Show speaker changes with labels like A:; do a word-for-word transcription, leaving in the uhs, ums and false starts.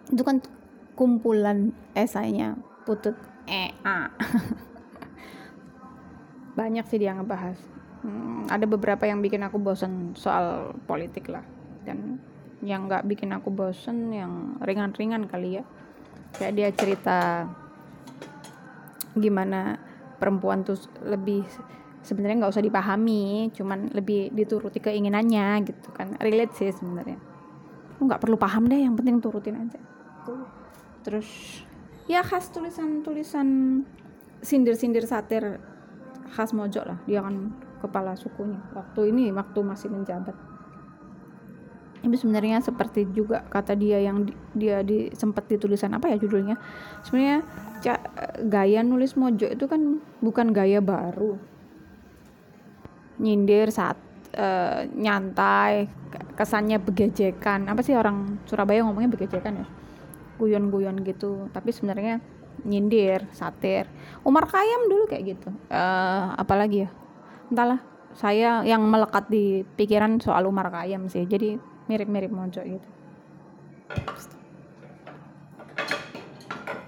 A: Itu kan kumpulan esainya Putut E A. Banyak sih dia ngebahas. Hmm, ada beberapa yang bikin aku bosan soal politik lah, dan yang nggak bikin aku bosan yang ringan-ringan kali ya. Kayak dia cerita gimana perempuan tuh lebih sebenarnya nggak usah dipahami, cuman lebih dituruti keinginannya gitu kan. Relate sih sebenarnya. Nggak perlu paham deh, yang penting turutin aja. Terus ya khas tulisan-tulisan sindir-sindir satir khas Mojok lah. Dia kan kepala sukunya waktu ini, waktu masih menjabat. Ini sebenarnya seperti juga kata dia yang di, dia di sempat di tulisan apa ya judulnya, sebenarnya ca- gaya nulis Mojok itu kan bukan gaya baru, nyindir saat uh, nyantai, kesannya begejekan. Apa sih orang Surabaya ngomongnya begejekan ya, guyon-guyon gitu, tapi sebenarnya nyindir, satir. Umar Khayyam dulu kayak gitu. Uh, apalagi ya, entahlah, saya yang melekat di pikiran soal Umar Khayyam sih, jadi mirip-mirip Mojok gitu.